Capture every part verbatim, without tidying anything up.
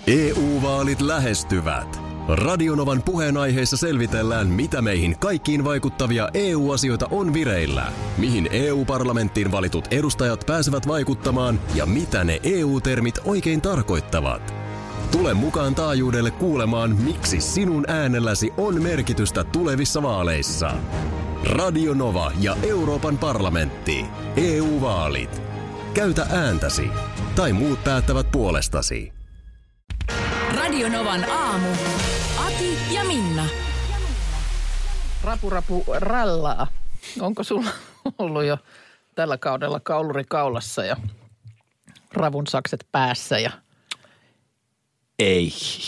E U-vaalit lähestyvät. Radionovan puheenaiheessa selvitellään, mitä meihin kaikkiin vaikuttavia E U-asioita on vireillä, mihin E U-parlamenttiin valitut edustajat pääsevät vaikuttamaan ja mitä ne E U-termit oikein tarkoittavat. Tule mukaan taajuudelle kuulemaan, miksi sinun äänelläsi on merkitystä tulevissa vaaleissa. Radio Nova ja Euroopan parlamentti. E U-vaalit. Käytä ääntäsi. Tai muut päättävät puolestasi. Radio Novan aamu. Ati ja Minna. Rapu rapu rallaa. Onko sulla ollut jo tällä kaudella kauluri kaulassa ja ravun sakset päässä? Ja... Ei.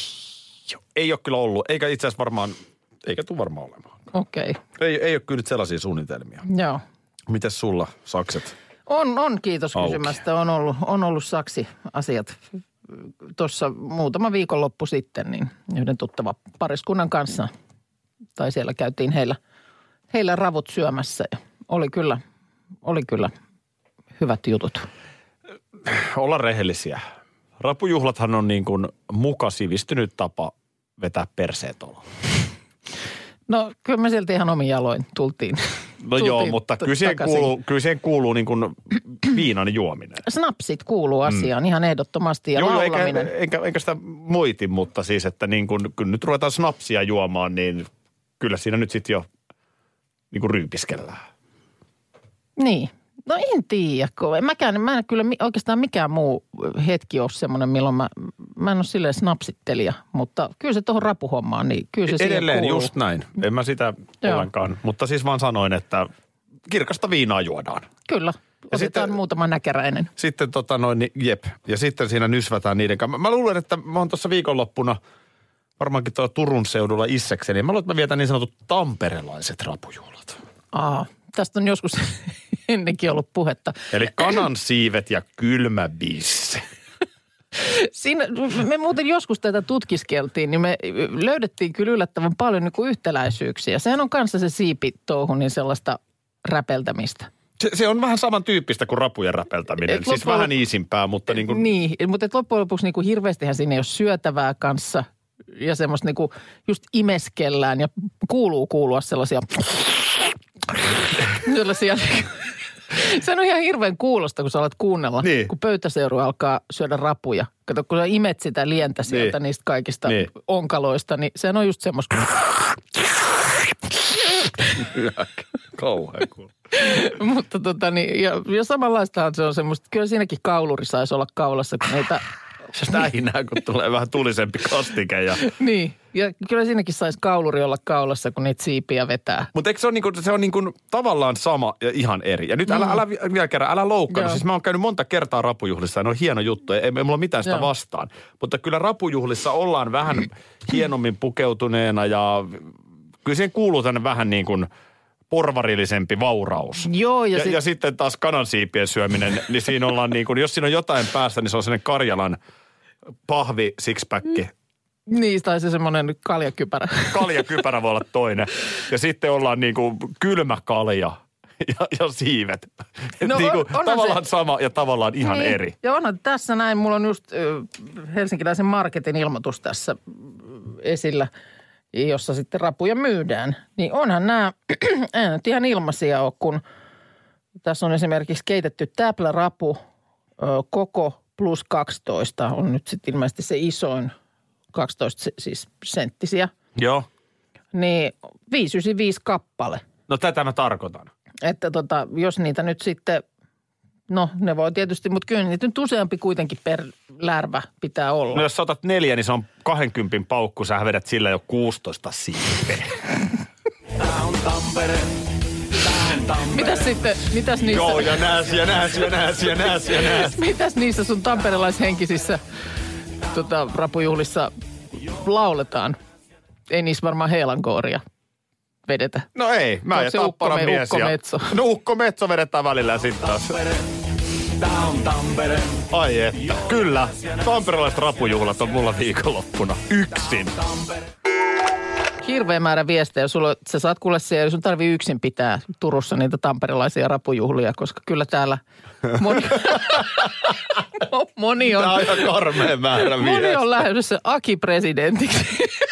Ei ole kyllä ollut. Eikä itse asiassa varmaan, eikä tule varmaan olemaan. Okei. Okay. Ei, ei ole kyllä nyt sellaisia suunnitelmia. Joo. Mites sulla sakset? On, on kiitos auki. Kysymästä. On ollut, on ollut saksi-asiat tuossa muutama viikonloppu sitten, niin yhden tuttava pariskunnan kanssa. Tai siellä käytiin heillä, heillä ravut syömässä ja oli kyllä, oli kyllä hyvät jutut. Olla rehellisiä. Rapujuhlathan on niin kuin muka sivistynyt tapa vetää perseet olo. No kyllä me silti ihan omin jaloin tultiin. No tultiin joo, mutta t- kyllä siihen takaisin. kuuluu, kyllä siihen kuuluu niin kuin viinan juominen. Snapsit kuuluu asiaan mm. ihan ehdottomasti ja joo, laulaminen. Eikä, enkä, enkä sitä moiti, mutta siis, että niin kuin, kun nyt ruvetaan snapsia juomaan, niin kyllä siinä nyt sitten jo niin kuin ryypiskellään. Niin. No en tiedä, kun mäkään, mä en kyllä oikeastaan mikään muu hetki ole semmoinen, milloin mä, mä en ole silleen snapsittelija, mutta kyllä se tuohon rapuhommaan, niin kyllä se edelleen kuuluu. just näin. En mä sitä ollenkaan, mutta siis vaan sanoin, että kirkasta viinaa juodaan. Kyllä, otetaan sitten, muutama näkäräinen. Sitten tota noin, niin jep, ja sitten siinä nysvätään niiden kanssa. Mä luulen, että mä oon tuossa viikonloppuna varmaankin tuolla Turun seudulla issekseni. Mä luulen, että mä vietän niin sanotut tamperelaiset rapujuhlat. Aa, tästä on joskus ennenkin ollut puhetta. Eli kanansiivet ja kylmä bisse. Siinä, me muuten joskus tätä tutkiskeltiin, niin me löydettiin kyllä yllättävän paljon niin kuin yhtäläisyyksiä. Sehän on kanssa se siipitouhu, niin sellaista räpeltämistä. Se, se on vähän samantyyppistä kuin rapujen räpeltäminen. Et siis loppujen... vähän iisimpää, mutta niin kuin... Niin, mutta loppujen lopuksi niin kuin hirveästihän siinä ei ole syötävää kanssa ja semmoista niin kuin just imeskellään ja kuuluu kuulua sellaisia... sellaisia... Se on ihan hirveän kuulosta, kun sä alat kuunnella, niin. Kun pöytäseuru alkaa syödä rapuja. Kato, kun sä imet sitä lientä sieltä niin. Niistä kaikista niin. Onkaloista, niin sehän on just semmoista... Kauhean kuulla. Mutta tota niin, ja, ja samanlaistahan se on semmoista, kyllä siinäkin kauluri saisi olla kaulassa, kun niitä... Näinää, kun tulee vähän tulisempi kastike. Ja... Niin, ja kyllä siinäkin saisi kauluri olla kaulassa, kun niitä siipiä vetää. Mutta eikö se ole, niinku, se on niinku tavallaan sama ja ihan eri. Ja nyt älä, mm. älä vielä kerran, älä loukkaannut. Siis mä oon käynyt monta kertaa rapujuhlissa ja ne on hieno juttu. Ei, ei mulla ole mitään sitä Joo. vastaan. Mutta kyllä rapujuhlissa ollaan vähän hienommin pukeutuneena ja kyllä siihen kuuluu tänne vähän niin kuin porvarillisempi vauraus. Joo, ja, ja, sit... ja sitten taas kanansiipien syöminen, niin siinä ollaan niin kuin, jos siinä on jotain päässä, niin se on sellainen Karjalan pahvi sixpacki. Niin, tai se semmoinen kaljakypärä. Kaljakypärä voi olla toinen. Ja sitten ollaan niin kuin kylmä kalja ja, ja siivet. No, niin kuin, on, tavallaan se... sama ja tavallaan ihan niin. eri. Ja onhan tässä näin, mulla on just äh, helsinkiläisen marketin ilmoitus tässä esillä, jossa sitten rapuja myydään. Niin onhan nämä, ei nyt ihan ilmaisia ole, kun tässä on esimerkiksi keitetty täplärapu ö, koko plus kaksitoista. On nyt sitten ilmeisesti se isoin kaksitoista siis senttisiä. Joo. Niin viisi yhdeksänkymmentäviisi kappale. No tätä mä tarkoitan. Että tota, jos niitä nyt sitten, no ne voi tietysti, mutta kyllä niitä nyt useampi kuitenkin per lärvä pitää olla. No jos sä otat neljä, niin se on kahdenkympin paukku. Sä vedät sillä jo kuusitoista siipeä. Tää on Tampere. Tää on Tampere. Mitäs sitten, mitäs niissä... Joo, ja nääs, ja nääs, ja nääs, ja nääs, ja nääs. Mitäs niissä sun tamperelaishenkisissä tota, rapujuhlissa lauletaan? Ei niissä varmaan heilankooria vedetä. No ei, mä ja Tapparan ukko, mies. Ukko ja... Metso. No ukko Metso vedetään välillä ja sitten taas. Tää on Tampere. Ai että, kyllä. Tamperelaiset rapujuhlat on mulla viikonloppuna yksin. hirveä määrä viestejä. Sulla, sä saat kuule siellä, sun tarvii yksin pitää Turussa niitä tamperelaisia rapujuhlia, koska kyllä täällä moni, moni on... Tämä on ihan karmea määrä viestejä. Moni on lähdössä Aki-presidentiksi.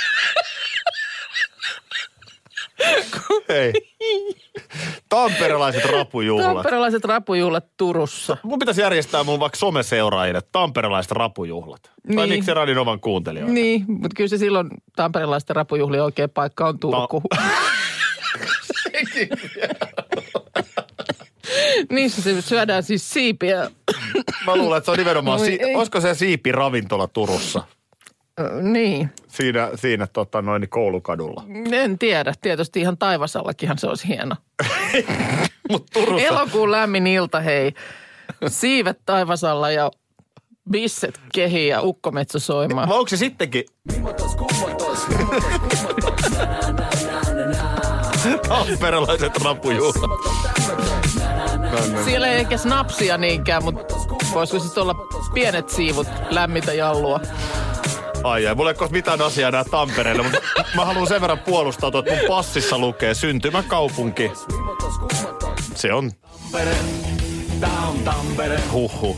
Hei. Tamperelaiset rapujuhlat. Tamperelaiset rapujuhlat Turussa. Mun pitäisi järjestää mun vaikka someseuraajille tamperelaiset rapujuhlat. Niin. Tai miksi Radio Novan kuuntelijoille. Niin, mutta kyllä se silloin tamperelaisten rapujuhlien oikea paikka on Turku. Ta- Sekin Niissä se syödään siis siipiä. Mä luulen, että se on nimenomaan, si- olisiko se siipiravintola Turussa? Ö, niin. Siinä, siinä tota, noin koulukadulla. En tiedä. Tietysti ihan Taivasallakinhan se olisi hieno. Mut Turussa... Elokuun lämmin ilta, hei. Siivet Taivasalla ja bisset kehiin ja ukkometso soimaan. Vai onko se sittenkin... Tamperelaiset rapujuhlat. Siellä ei ehkä snapsia niinkään, mutta voisiko siis olla pienet siivut lämmitä jallua? Ai ai, mulla ei ole mitään asiaa enää Tampereelle, mutta mä haluan sen verran puolustautua, että mun passissa lukee syntymäkaupunki. Se on... Tampere, tää on Tampere. Huhhuh.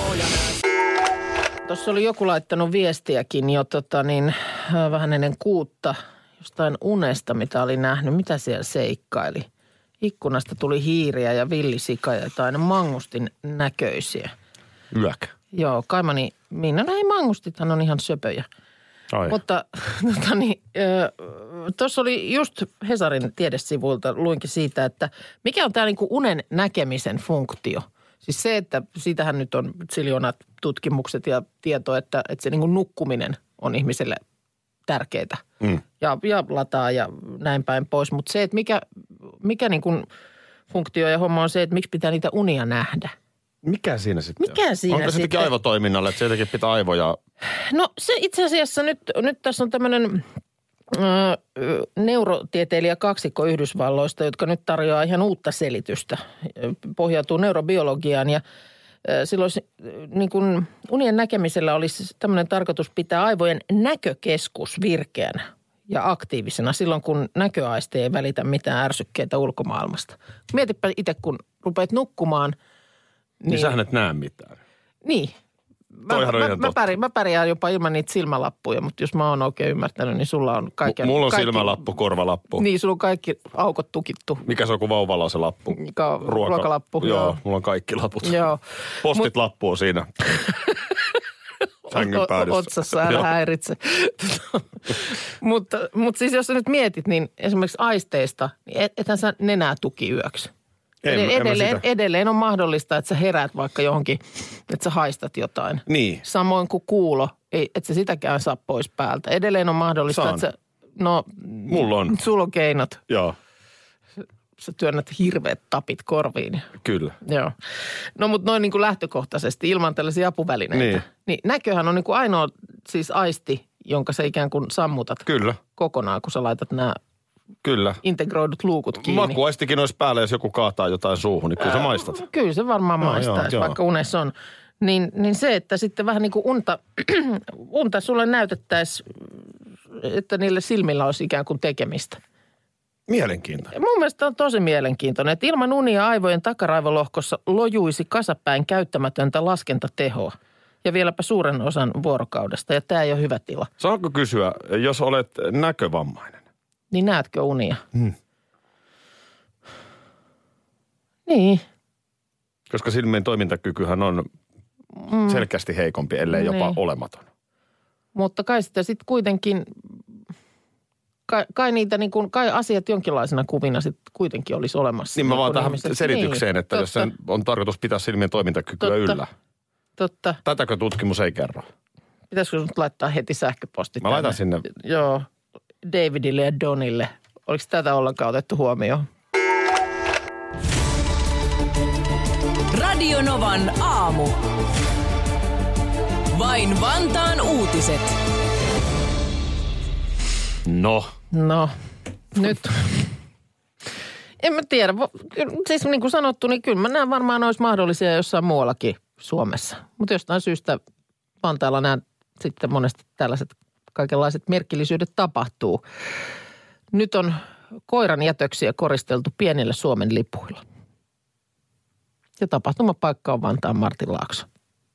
Tuossa oli joku laittanut viestiäkin jo tota niin, vähän ennen kuutta jostain unesta, mitä oli nähnyt. Mitä siellä seikkaili? Ikkunasta tuli hiiriä ja villisika ja jotain mangustin näköisiä. Yökä. Joo, kaimani Minna. No ei, mangustithan on ihan söpöjä. Ai. Mutta tota niin, tuossa oli just Hesarin tiedesivuilta luinkin siitä, että mikä on tämä niinku unen näkemisen funktio. Siis se, että siitähän nyt on siljoonat tutkimukset ja tieto, että, että se niinku nukkuminen on ihmiselle tärkeää. Mm. Ja, ja lataa ja näin päin pois. Mutta se, että mikä, mikä niinku funktio ja homma on se, että miksi pitää niitä unia nähdä. Mikä siinä sitten Mikä on? siinä Onko se sitten? aivotoiminnalle, että se jotenkin pitää aivoja... No se itse asiassa nyt, nyt tässä on tämmöinen neurotieteilijä kaksikko Yhdysvalloista, jotka nyt tarjoaa ihan uutta selitystä. Pohjautuu neurobiologiaan ja silloin niin kuin unien näkemisellä olisi tämmöinen tarkoitus pitää aivojen näkökeskus virkeänä ja aktiivisena silloin, kun näköaiste ei välitä mitään ärsykkeitä ulkomaailmasta. Mietipä itse, kun rupeat nukkumaan. Niin, niin sähän et näe mitään. Niin. Mä, mä, mä, pärjään, mä pärjään jopa ilman niitä silmälappuja, mutta jos mä oon oikein ymmärtänyt, niin sulla on kaiken... M- mulla on kaikki, silmälappu, korvalappu. Niin, sulla on kaikki aukot tukittu. Mikä se on, kun vauvalla on se lappu? Mikä on Ruoka, ruokalappu. Joo, joo, mulla on kaikki laput. Joo. Postit Mut, lappu on siinä. Sängyn päädyssä. Otsassa, älä häiritse. mutta, mutta siis jos sä nyt mietit, niin esimerkiksi aisteista, niin et, ethän sä nenää tuki yöksi. En, en edelleen, edelleen on mahdollista, että sä heräät vaikka johonkin, että sä haistat jotain. Niin. Samoin kuin kuulo, ei, että sä sitäkään saa pois päältä. Edelleen on mahdollista, Saan. että sä, no... Mulla on. Sulla on keinot. Joo. Sä työnnät hirveät tapit korviin. Kyllä. Joo. No mutta noin niin kuin lähtökohtaisesti ilman tällaisia apuvälineitä. Niin. Niin näköhän on niin kuin ainoa siis aisti, jonka sä ikään kuin sammutat Kyllä. kokonaan, kun sä laitat nämä Kyllä. integroidut luukut kiinni. Makuaistikin olisi päällä, jos joku kaataa jotain suuhun, niin kyllä sä maistat. Kyllä se varmaan No, maistaisi, joo, vaikka joo. unessa on. Niin, niin se, että sitten vähän niin kuin unta, unta sulle näytettäisiin, että niille silmillä olisi ikään kuin tekemistä. Mielenkiintoinen. Mun mielestä on tosi mielenkiintoinen, että ilman unia aivojen takaraivolohkossa lojuisi kasapäin käyttämätöntä laskentatehoa. Ja vieläpä suuren osan vuorokaudesta, ja tämä ei ole hyvä tila. Saanko kysyä, jos olet näkövammainen? Niin näetkö unia? Hmm. Niin. Koska silmien toimintakykyhän on mm. selkeästi heikompi, ellei jopa niin. olematon. Mutta kai sitä sitten kuitenkin, kai, kai niitä niin kuin, kai asiat jonkinlaisena kuvina sitten kuitenkin olisi olemassa. Niin mä vaan tähän ihmiset. selitykseen, niin, että jos sen on tarkoitus pitää silmien toimintakykyä totta, yllä. Totta. Tätäkö tutkimus ei kerro? Pitäisikö nyt laittaa heti sähköposti Mä laitan sinne. Joo, Davidille ja Donille. Oliko tätä ollenkaan otettu huomioon? Radio Novan aamu. Vain Vantaan uutiset. No. No, nyt. En mä tiedä. Siis niin kuin sanottu, niin kyllä mä näen varmaan olisi mahdollisia jossain muuallakin Suomessa. Mutta jostain syystä Vantaalla nämä sitten monesti tällaiset kaikenlaiset merkillisyydet tapahtuu. Nyt on koiran jätöksiä koristeltu pienillä Suomen lipuilla. Ja tapahtumapaikka on Vantaan Martinlaakso.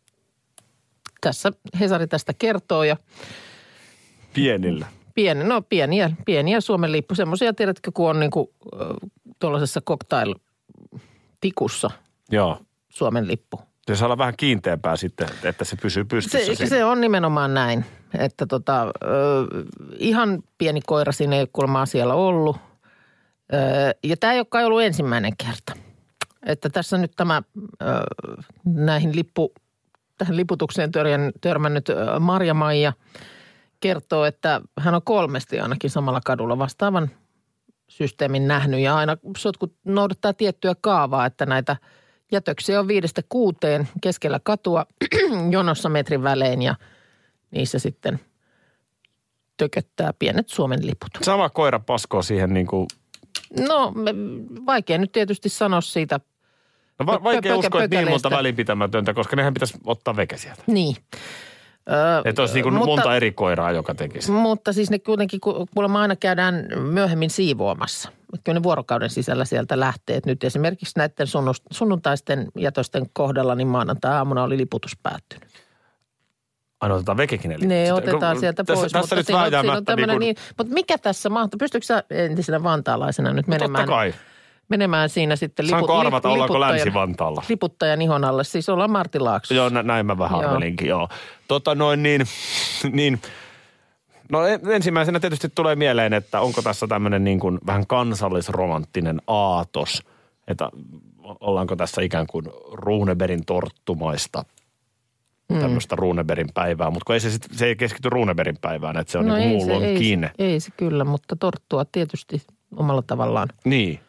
Tässä Hesari tästä kertoo ja... Pienillä. Pieni, no pieniä, pieniä Suomen lippu. Semmoisia, tiedätkö, kun on niin kuin tuollaisessa cocktail-tikussa Joo. Suomen lippu. Se saa olla vähän kiinteämpää sitten, että se pysyy pystyssä. Se, se on nimenomaan näin, että tota, ö, ihan pieni koira siinä ei kuulemma asialla ollut. Ö, ja tämä ei ole kai ollut ensimmäinen kerta. Että tässä nyt tämä ö, näihin lippu, tähän liputukseen törjän, törmännyt Marja-Maija kertoo, että hän on kolmesti ainakin samalla kadulla vastaavan systeemin nähnyt. Ja aina sotkut noudattaa tiettyä kaavaa, että näitä jätöksiä on viidestä kuuteen keskellä katua jonossa metrin välein ja niissä sitten tököttää pienet Suomen liput. Sama koira paskoo siihen niin kuin... No vaikea nyt tietysti sanoa siitä. No va- vaikea pö- uskoa, että niin monta pökäleistä. välinpitämätöntä, koska nehän pitäisi ottaa veke sieltä. Niin. Että olisi niin kuin mutta, monta eri koiraa, joka tekisi. Mutta siis ne kuitenkin, kuulemma aina käydään myöhemmin siivoamassa. Kyllä ne vuorokauden sisällä sieltä lähtee. Et nyt esimerkiksi näiden sunnuntaisten jätösten kohdalla, niin maanantai-aamuna oli liputus päättynyt. Aina otetaan vekekin eli. Ne Sitä, otetaan kun, sieltä tässä, pois. Tässä mutta nyt siinä on, siinä on vääjäämättä tämmöinen niin kuin... niin, mutta mikä tässä mahtaa? Pystytkö sä entisenä vantaalaisena nyt menemään? Totta kai. Menemään siinä sitten lipu, Saanko arvata, lip, ollaanko liputtajan- Länsi-Vantaalla? Liputtajan ihon alle. Siis ollaan Martinlaaksossa. Joo, nä, näin mä vähän Joo. arvelinkin, joo. Tota noin niin, niin, no ensimmäisenä tietysti tulee mieleen, että onko tässä tämmöinen niin kuin vähän kansallisromanttinen aatos, että ollaanko tässä ikään kuin Runebergin torttumaista mm. tämmöistä Runebergin päivää, mutta ei se, sit, se ei keskity Runebergin päivään, että se on no niin ei kuin se, muulloinkin. ei, se, ei se kyllä, mutta torttua tietysti omalla tavallaan. Niin.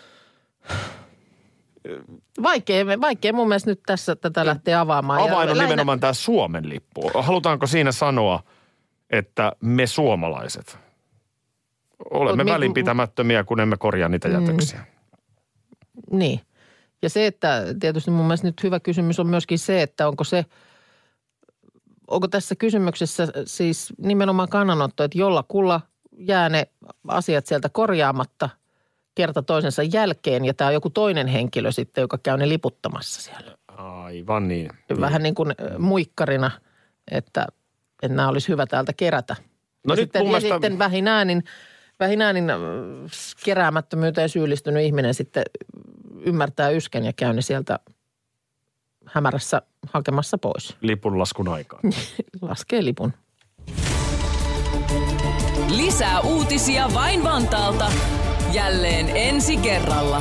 Vaikea, vaikea mun mielestä nyt tässä tätä lähtee avaamaan. Avain Ja on lähinnä- nimenomaan tämä Suomen lippu. Halutaanko siinä sanoa, että me suomalaiset olemme Mut mi- välinpitämättömiä, kun emme korjaa niitä jätöksiä? Mm, niin. Ja se, että tietysti mun mielestä nyt hyvä kysymys on myöskin se, että onko se, onko tässä kysymyksessä siis nimenomaan kannanotto, että jollakulla jää ne asiat sieltä korjaamatta kerta toisensa jälkeen ja tämä on joku toinen henkilö sitten, joka käy ne liputtamassa siellä. Aivan niin. Vähän niin kuin muikkarina, että, että nämä olisi hyvä täältä kerätä. No ja nyt sitten, mun ja mielestä- sitten vähin äänin, vähin äänin äh, keräämättömyyteen syyllistynyt ihminen sitten ymmärtää yskän ja käy ne sieltä hämärässä hakemassa pois. Lipunlaskun aikaan. Laskee lipun. Lisää uutisia vain Vantaalta. Jälleen ensi kerralla.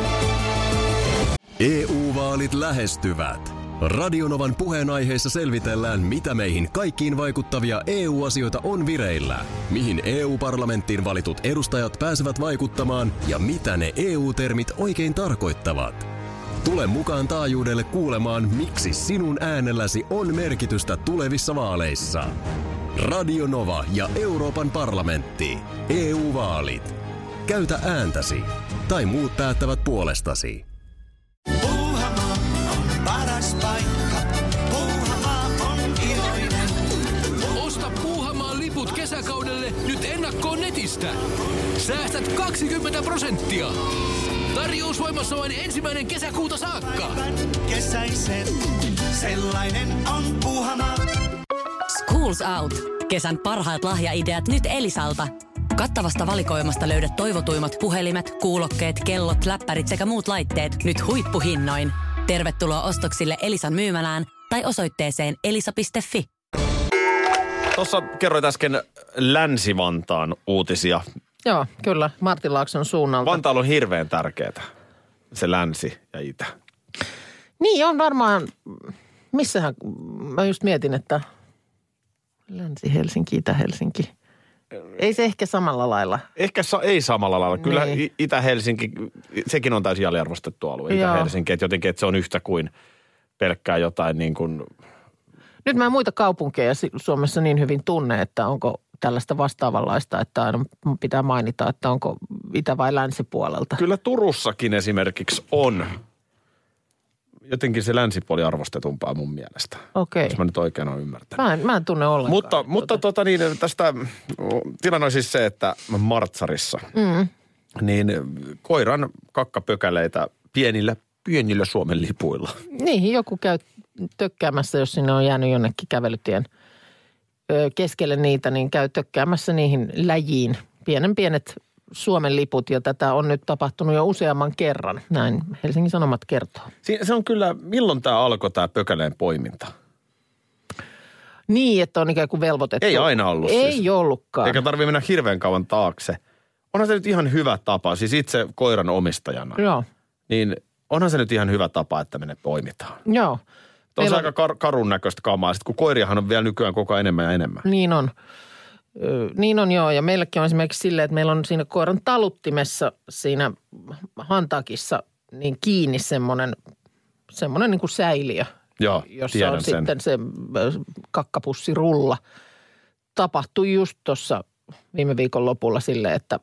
E U-vaalit lähestyvät. Radionovan puheenaiheessa selvitellään, mitä meihin kaikkiin vaikuttavia E U-asioita on vireillä, mihin E U-parlamenttiin valitut edustajat pääsevät vaikuttamaan ja mitä ne E U-termit oikein tarkoittavat. Tule mukaan taajuudelle kuulemaan, miksi sinun äänelläsi on merkitystä tulevissa vaaleissa. Radio Nova ja Euroopan parlamentti. E U-vaalit. Käytä ääntäsi. Tai muut päättävät puolestasi. Puuhamaa on paras paikka. Puuhamaa on iloinen. Osta Puuhamaan liput kesäkaudelle nyt ennakkoon netistä. Säästät kaksikymmentä prosenttia. Tarjous voimassa vain ensimmäinen kesäkuuta saakka. Kesäisen, sellainen on Puuhamaa. Schools Out. Kesän parhaat lahjaideat nyt Elisalta. Kattavasta valikoimasta löydät toivotuimmat puhelimet, kuulokkeet, kellot, läppärit sekä muut laitteet nyt huippuhinnoin. Tervetuloa ostoksille Elisan myymälään tai osoitteeseen elisa piste fi. Tuossa kerroit äsken Länsi-Vantaan uutisia. Joo, kyllä. Martinlaakson suunnalta. Vantaalla on hirveän tärkeää, se länsi ja itä. Niin on varmaan, missähän, mä just mietin, että Länsi-Helsinki, Itä-Helsinki. Ei se ehkä samalla lailla. Ehkä sa- ei samalla lailla. Kyllä Niin. I- Itä-Helsinki, sekin on täysin aliarvostettu alue, Joo. Itä-Helsinki. Että jotenkin, että se on yhtä kuin pelkkää jotain niin kuin... Nyt mä en muita kaupunkeja si- Suomessa niin hyvin tunne, että onko tällaista vastaavanlaista, että aina pitää mainita, että onko itä- vai länsipuolelta. Kyllä Turussakin esimerkiksi on. jotenkin se länsipuoli arvostetumpaa mun mielestä. Okei. Jos mä nyt oikein olen ymmärtänyt. Mä en, mä en tunne ollenkaan. Mutta, tuota. mutta tota niin, tästä tilanne on siis se, että Martsarissa, mm. niin koiran kakkapökäleitä pienillä, pienillä Suomen lipuilla. Niin, joku käy tökkäämässä, jos sinne on jäänyt jonnekin kävelytien keskelle niitä, niin käy tökkäämässä niihin läjiin. Pienen pienet Suomen liput, ja tätä on nyt tapahtunut jo useamman kerran. Näin Helsingin Sanomat kertoo. Se on kyllä, milloin tämä alkoi tämä pökäleen poiminta? Niin, että on ikään kuin velvoitettu. Ei aina ollut Ei siis. ollutkaan. Eikä tarvitse mennä hirveän kauan taakse. Onhan se nyt ihan hyvä tapa, siis itse koiran omistajana. Joo. Niin onhan se nyt ihan hyvä tapa, että me ne poimitaan. Joo. Tuo on on... aika kar- karun näköistä kamaa, sit kun koiriahan on vielä nykyään koko ajan enemmän ja enemmän. Niin on. Ö, niin on joo, ja meilläkin on esimerkiksi silleen, että meillä on siinä koiran taluttimessa siinä hantakissa niin kiinni semmoinen, semmoinen niin kuin säiliö. Joo, jossa on sen. Sitten se kakkapussirulla. Tapahtui just tuossa viime viikon lopulla silleen, että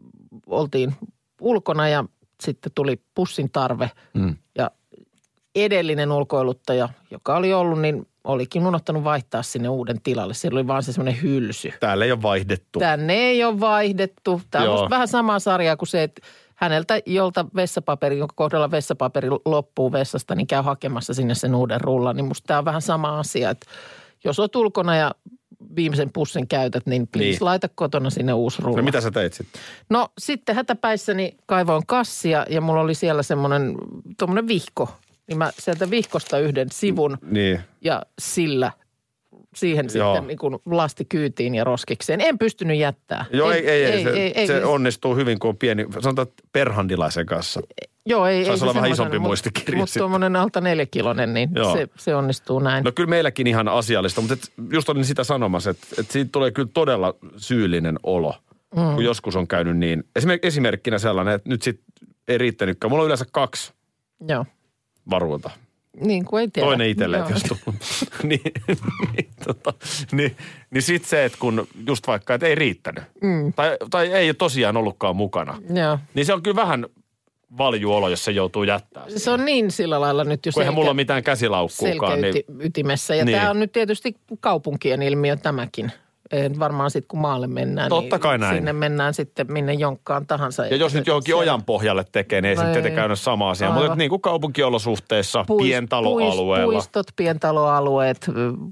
oltiin ulkona ja sitten tuli pussin tarve. Mm. Ja edellinen ulkoiluttaja, joka oli ollut, niin olikin unohtanut vaihtaa sinne uuden tilalle. Siellä oli vaan se semmoinen hylsy. Täällä ei ole vaihdettu. Tänne ei ole vaihdettu. Tämä on vähän samaa sarjaa kuin se, että häneltä, jolta vessapaperi, jonka kohdalla vessapaperi loppuu vessasta, niin käy hakemassa sinne sen uuden rullan. Niin musta tämä on vähän sama asia, että jos olet ulkona ja viimeisen pussin käytät, niin please niin. laita kotona sinne uusi rulla. No mitä sä teit sitten? No sitten hätäpäissäni kaivoin kassia ja mulla oli siellä semmoinen tuommoinen vihko. Niin mä sieltä vihkosta yhden sivun niin. ja sillä siihen Joo. sitten niin kuin lasti kyytiin ja roskikseen. En pystynyt jättää. Joo, en, ei, ei, ei, se, ei, ei, se ei, onnistuu hyvin, kun on pieni, sanotaan perhandilaisen kanssa. Joo, ei. Saisi ei olla vähän se isompi muistikirja. Mutta tuommoinen alta neljäkilonen, niin se, se onnistuu näin. No kyllä meilläkin ihan asiallista, mutta et, just olin sitä sanomassa, että et siitä tulee kyllä todella syyllinen olo, mm. kun joskus on käynyt niin. Esimerk, esimerkkinä sellainen, että nyt sitten ei riittänytkään. Mulla on yleensä kaksi Joo. varuuta. Niin kuin ei tiedä. Toinen itselleen, jos tullut. niin, niin, tota, niin, niin sitten se, että kun just vaikka, että ei riittänyt. Mm. Tai, tai ei tosiaan ollutkaan mukana. Joo. Niin se on kyllä vähän valjuolo, jos se joutuu jättämään. Se on niin sillä lailla nyt, jos kun eihän mulla ole mitään käsilaukkuukaan. Selkäytimessä. Ja niin. Tämä on nyt tietysti kaupunkien ilmiö tämäkin. Varmaan sitten kun maalle mennään, Totta kai niin näin. Sinne mennään sitten minne jonkkaan tahansa. Ja jos nyt johonkin siellä ojan pohjalle tekee, niin ei sitten tietenkään ole sama asia. Aivan. Mutta niin kuin kaupunkiolosuhteissa, Puist, pientaloalueella. Puistot, pientaloalueet,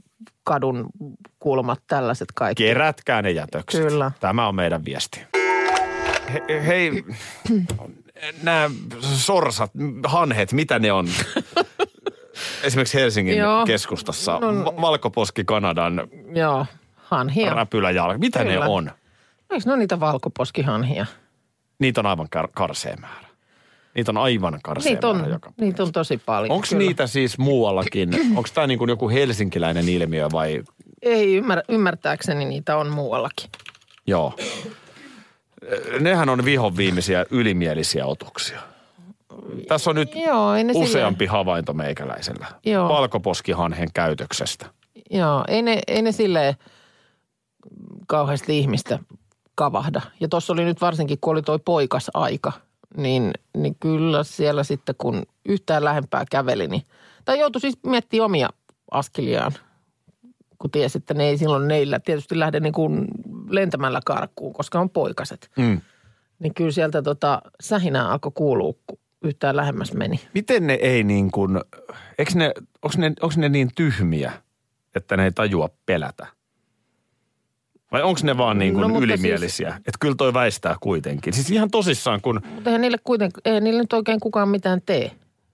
kadun kulmat, tällaiset kaikki. Kerätkää ne jätökset. Kyllä. Tämä on meidän viesti. He, hei, nämä sorsat, hanhet, mitä ne on? Esimerkiksi Helsingin Joo. keskustassa. No, Valkoposki Kanadan. Joo. Hanhia. Räpyläjalka. Mitä Kyllä. ne on? Eikö ne ole niitä valkoposkihanhia? Niitä on aivan kar- karsea määrä. Niitä on aivan karsea niitä on, määrä joka Niitä on tosi paljon. Onko niitä siis muuallakin? Onko tämä niin kuin joku helsinkiläinen ilmiö vai? Ei, ymmär, ymmärtääkseni niitä on muuallakin. Joo. Nehän on vihon viimeisiä ylimielisiä otuksia. Tässä on nyt Joo, useampi silleen havainto meikäläisellä. Joo. Valkoposkihanhen käytöksestä. Joo, ei ne, ei ne silleen kauheasti ihmistä kavahda. Ja tuossa oli nyt varsinkin, kun oli toi poikas aika, niin, niin kyllä siellä sitten kun yhtään lähempää käveli, niin, tai joutui siis miettimään omia askeliaan, kun tiesi, että ne ei silloin neillä tietysti lähde niin kuin lentämällä karkuun, koska on poikaset. Mm. Niin kyllä sieltä tota sähinää alkoi kuulua, kun yhtään lähemmäs meni. Miten ne ei niin kuin, eikö ne, onko ne, onko ne niin tyhmiä, että ne ei tajua pelätä? Vai onko ne vaan niin kuin no, ylimielisiä? Siis, että kyllä toi väistää kuitenkin. Siis ihan tosissaan kun Mutta eihän niille kuitenkin, eihän niille nyt oikein kukaan mitään tee.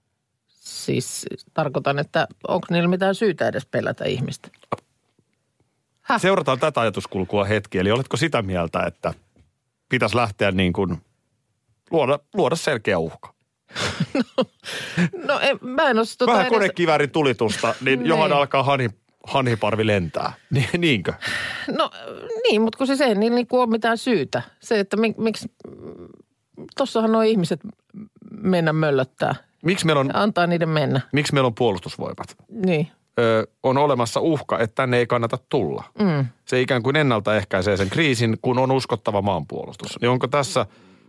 Siis tarkoitan, että onko niillä mitään syytä edes pelätä ihmistä? Häh? Seurataan tätä ajatuskulkua hetki. Eli oletko sitä mieltä, että pitäisi lähteä niin kuin luoda, luoda selkeä uhka? no, no en, mä en ole tota Vähän edes konekiväärin tulitusta, niin johon alkaa hani, hanhiparvi lentää. Niinkö? No niin, mutta kun se ei niin, niin ole mitään syytä. Se, että mik, miksi, tossahan nuo ihmiset mennä möllöttää. Miksi meillä on, antaa niiden mennä. Miksi meillä on puolustusvoimat? Niin. Ö, on olemassa uhka, että tänne ei kannata tulla. Mm. Se ikään kuin ennaltaehkäisee sen kriisin, kun on uskottava maanpuolustus. Niin onko tässä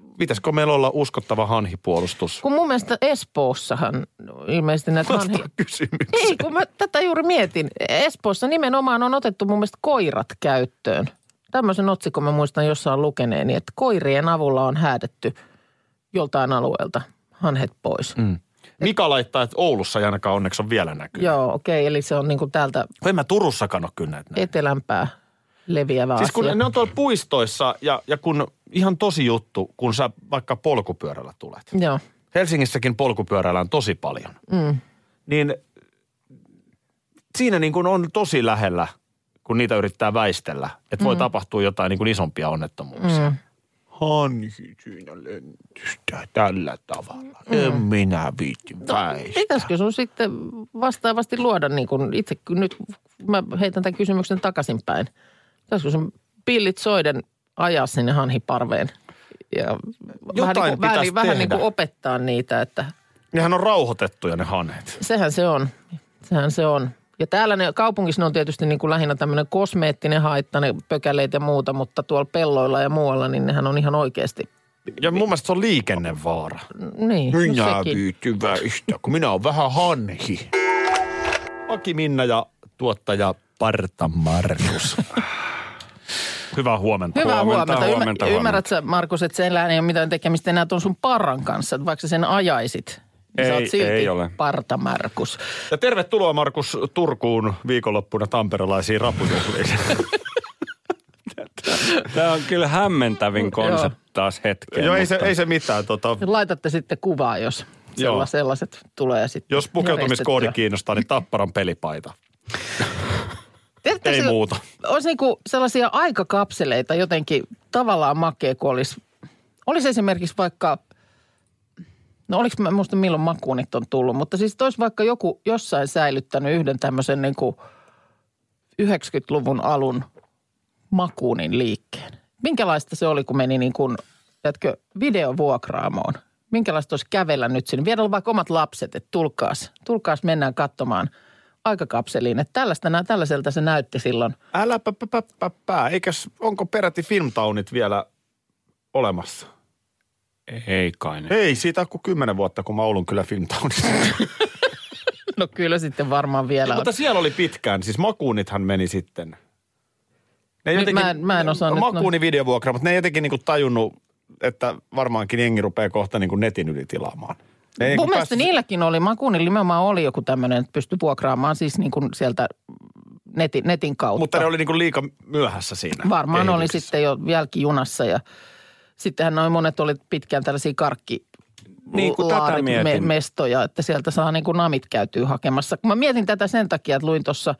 pitäisikö meillä olla uskottava hanhipuolustus? Kun mun mielestä Espoossahan ilmeisesti näitä hanhi... Vastaa kysymykseen. Ei, kun mä tätä juuri mietin. Espoossa nimenomaan on otettu mun mielestä koirat käyttöön. Tämmöisen otsikon mä muistan jossain lukeneeni, että koirien avulla on häädetty joltain alueelta hanhet pois. Mm. Mika laittaa, että Oulussa ei ainakaan onneksi on vielä näkynyt. Joo, okei. Okay, eli se on niin kuin täältä... En mä Turussakaan ole kyllä näitä. Etelämpää leviävä siis asia. kun ne on tuolla puistoissa ja, ja kun ihan tosi juttu, kun sä vaikka polkupyörällä tulet. Joo. Helsingissäkin polkupyörällä on tosi paljon. Mm. Niin siinä niin kuin on tosi lähellä, kun niitä yrittää väistellä, että voi mm. tapahtua jotain niin kuin isompia onnettomuuksia. Mm. Hanhi siinä lentystä tällä tavalla. Mm. En minä viitti väistää. Pitäisikö sun sitten vastaavasti luoda niin kuin itse, nyt mä heitän tämän kysymyksen takaisinpäin. Pitäisikö sun pillit soiden ajaa sinne hanhiparveen ja vähän niin, kuin, vähän, vähän niin kuin opettaa niitä, että... Nehän on rauhoitettuja ne hanhet. Sehän se on. Sehän se on. Ja täällä ne kaupungissa ne on tietysti niin kuin lähinnä tämmöinen kosmeettinen haitta, ne pökäleet ja muuta, mutta tuolla pelloilla ja muualla, niin nehän on ihan oikeasti. Ja mun mielestä se on liikennevaara. Niin, minä no viitin väistä, kun minä olen vähän hanhi. Aki Minna ja tuottaja Parta Markus. Hyvää huomenta. Hyvää huomenta. huomenta, huomenta, huomenta. Ymmärrät sä, Markus, että sen ei ole mitään tekemistä enää tuon sun parran kanssa, että vaikka sä sen ajaisit. Ei, sä oot silti ei ole. Parta Markus. Ja tervetuloa Markus Turkuun viikonloppuna tamperelaisiin rapujuhliin. Tämä on kyllä hämmentävin konsepti taas hetkeen. Joo, ei mutta... se, ei se mitään. Tota... Laitatte sitten kuvaa, jos sella, sellaiset tulee sitten. Jos pukeutumiskoodi kiinnostaa, niin Tapparan pelipaita. Tiedätkö, ei muuta. Olisi niinku sellaisia aikakapseleita jotenkin tavallaan makea, kun olisi, olisi esimerkiksi vaikka, no oliko mä muista milloin makuunit on tullut, mutta siis olisi vaikka joku jossain säilyttänyt yhden tämmöisen niinku yhdeksänkymmentäluvun alun makuunin liikkeen. Minkälaista se oli, kun meni niin kuin, tiedätkö, videovuokraamoon? Minkälaista olisi kävellä nyt sinne? Viedä vaikka omat lapset, että tulkaas, tulkaas mennään katsomaan aikakapseliin. Että tällaista, tällaiselta se näytti silloin. Älä pä, pä, pä, pä. Eikäs, onko peräti Filmtownit vielä olemassa? Ei kai ne. Ei, siitä on kuin kymmenen vuotta, kun mä Oulun kyllä Filmtownissa. No kyllä sitten varmaan vielä. Mutta siellä oli pitkään, siis makuunithan meni sitten. Ne jotenkin, mä, en, mä en osaa makuuni nyt. No. videovuokra, mutta ne ei jotenkin niinku tajunnut, että varmaankin jengi rupeaa kohta niinku netin yli tilaamaan. Ne Mun mielestä päästä... niilläkin oli, makuunilla nimenomaan oli joku tämmöinen, että pystyi vuokraamaan siis niin kuin sieltä netin, netin kautta. Mutta ne oli niinku liika myöhässä siinä. Varmaan oli sitten jo jälkijunassa ja sittenhän noin monet oli pitkään tällaisia karkki niin kuin tätä mietin. mestoja, että sieltä saa niin kuin namit käytyy hakemassa. Kun mä mietin tätä sen takia, että luin tuossa,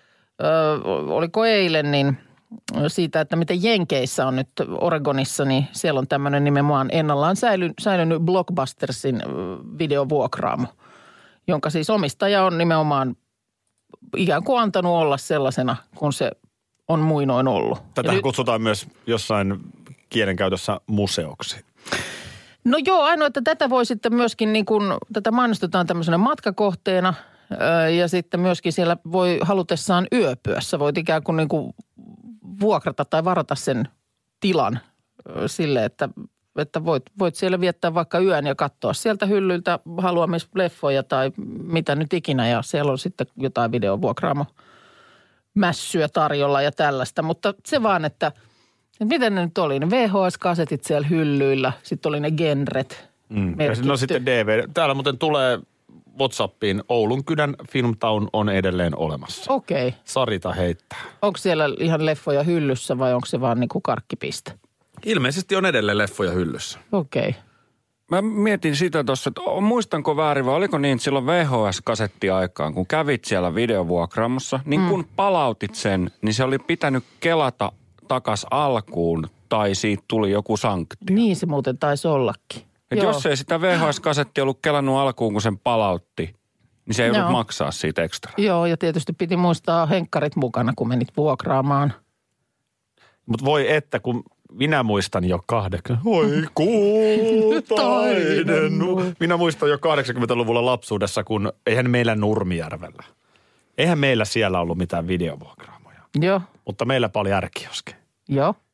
oliko eilen, niin siitä, että miten Jenkeissä on nyt Oregonissa, niin siellä on tämmöinen nimenomaan ennallaan säily, säilynyt Blockbustersin videovuokraamo, jonka siis omistaja on nimenomaan ikään kuin antanut olla sellaisena, kun se on muinoin ollut. Tätä nyt, kutsutaan myös jossain kielenkäytössä museoksi. No joo, ainoa, että tätä voi sitten myöskin niin kuin, tätä mainostetaan tämmöisenä matkakohteena ja sitten myöskin siellä voi halutessaan yöpyä. Sä voit ikään kuin, niin kuin vuokrata tai varata sen tilan sille, että, että voit, voit siellä viettää vaikka yön ja katsoa sieltä hyllyltä haluamisleffoja tai mitä nyt ikinä. Ja siellä on sitten jotain videovuokraamo mässyä tarjolla ja tällaista. Mutta se vaan, että, että miten ne nyt oli, ne V H S-kasetit siellä hyllyillä, sitten oli ne genret mm. No sitten D V D. Täällä muuten tulee WhatsAppiin Oulun kylän Filmtown on edelleen olemassa. Okei. Okay. Sarita heittää. Onko siellä ihan leffoja hyllyssä vai onko se vaan niin kuin karkkipiste? Ilmeisesti on edelleen leffoja hyllyssä. Okei. Okay. Mä mietin sitä tuossa, että muistanko väärin vai oliko niin, että silloin V H S-kasettiaikaan, kun kävit siellä videovuokraamossa, niin mm. kun palautit sen, niin se oli pitänyt kelata takas alkuun tai siitä tuli joku sanktio. Niin se muuten taisi ollakin. Että jos ei sitä V H S-kasettia ollut kelannut alkuun, kun sen palautti, niin se ei ollut maksaa siitä ekstra. Joo, ja tietysti piti muistaa henkkarit mukana, kun menit vuokraamaan. Mutta voi että, kun minä muistan jo kahdeksan. Oi kultainen. Minä muistan jo kahdeksankymmentäluvulla lapsuudessa, kun eihän meillä Nurmijärvellä. Eihän meillä siellä ollut mitään videovuokraamoja. Joo. Mutta meilläpä oli R-kioski. Joo.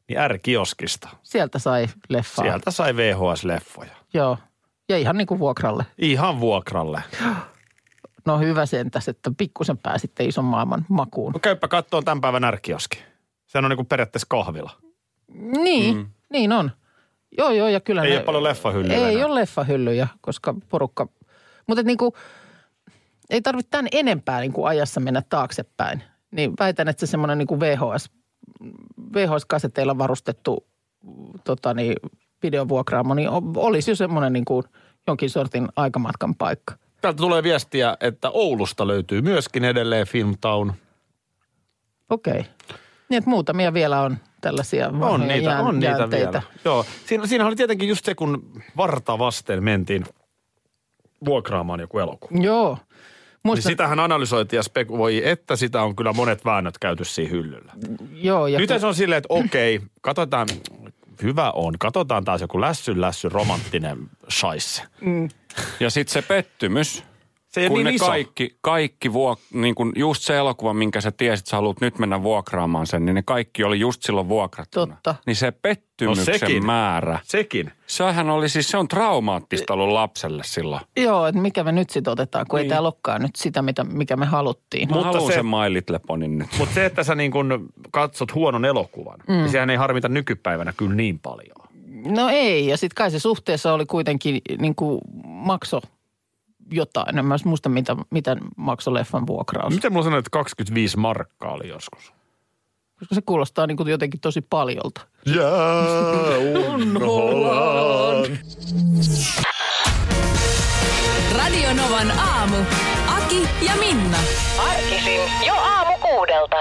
Niin R-kioskista. Sieltä sai leffaa. Sieltä sai V H S-leffoja. Joo. Ja ihan niin kuin vuokralle. Ihan vuokralle. No hyvä sentäs, että pikkusen pääsitte ison maailman makuun. No käypä kattoon tämän päivän R-kioski. Sehän on niin kuin periaatteessa kahvila. Niin, mm. niin on. Joo, joo, ja kyllä Ei ne, ole paljon leffahyllyjä. Ei enää. ole leffahyllyjä, koska porukka... Mutta niin kuin, ei tarvitse tämän enempää niin kuin ajassa mennä taaksepäin. Niin väitän, että se semmoinen niin kuin V H S, V H S-kaseteilla varustettu tota niin, videovuokraamo, niin olisi jo semmoinen niin kuin jonkin sortin aikamatkan paikka. Täältä tulee viestiä, että Oulusta löytyy myöskin edelleen Filmtown. Okei. Okay. Niin, että muutamia vielä on tällaisia On niitä, jään, on niitä jäänteitä. vielä. Joo, siinä, siinä oli tietenkin just se, kun varta vasten mentiin vuokraamaan joku elokuva. Joo. Muista... Niin sitähän analysoitiin ja spekuloi, että sitä on kyllä monet väännöt käyty siinä hyllyllä. Joo. Ja nyt kun... se on silleen, että okei, katsotaan, hyvä on, katsotaan taas joku lässy lässy romanttinen shaisse. Mm. Ja sitten se pettymys. Se ei kun niin ne iso. kaikki, kaikki vuok, niin kun just se elokuva, minkä sä tiesit, sä haluat nyt mennä vuokraamaan sen, niin ne kaikki oli just silloin vuokrattuna. Totta. Niin se pettymyksen No sekin. määrä. Sekin. Sehän oli siis, se on traumaattista ollut lapselle silloin. Joo, että mikä me nyt sitten otetaan, kun niin. ei täällä olekaan nyt sitä, mitä, mikä me haluttiin. Mä Mutta haluan se- sen My Little Ponyn nyt. Mutta se, että sä niin kun katsot huonon elokuvan, mm. niin sehän ei harmita nykypäivänä kyllä niin paljon. No ei, ja sitten kai se suhteessa oli kuitenkin niin kuin makso jotain. En mä edes muista, mitä, mitä maksoi leffan vuokraus. Miten mulla sanoit, että kaksikymmentäviisi markkaa oli joskus? Koska se kuulostaa niin kuin jotenkin tosi paljolta. Jää unholaan. Radio Novan aamu. Aki ja Minna. Arkisin jo aamu kuudelta.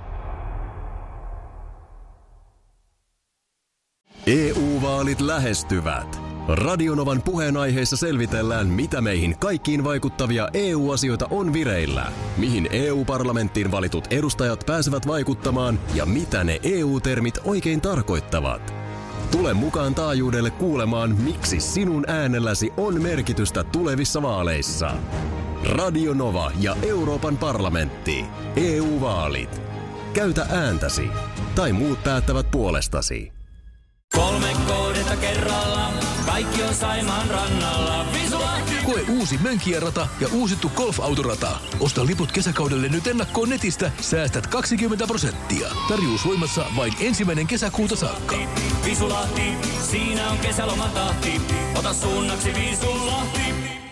E U-vaalit lähestyvät. Radionovan puheenaiheessa selvitellään, mitä meihin kaikkiin vaikuttavia E U-asioita on vireillä, mihin E U-parlamenttiin valitut edustajat pääsevät vaikuttamaan ja mitä ne E U-termit oikein tarkoittavat. Tule mukaan taajuudelle kuulemaan, miksi sinun äänelläsi on merkitystä tulevissa vaaleissa. Radio Nova ja Euroopan parlamentti. E U-vaalit. Käytä ääntäsi. Tai muut päättävät puolestasi. Kolme kohdetta kerralla, kaikki on Saimaan rannalla. Visulahti! Koe uusi Mönkijärata ja uusittu golfautorata. Osta liput kesäkaudelle nyt ennakkoon netistä. Säästät kaksikymmentä prosenttia. Tarjous voimassa vain ensimmäinen kesäkuuta saakka. Visulahti, siinä on kesälomatahti. Ota suunnaksi Visulahti.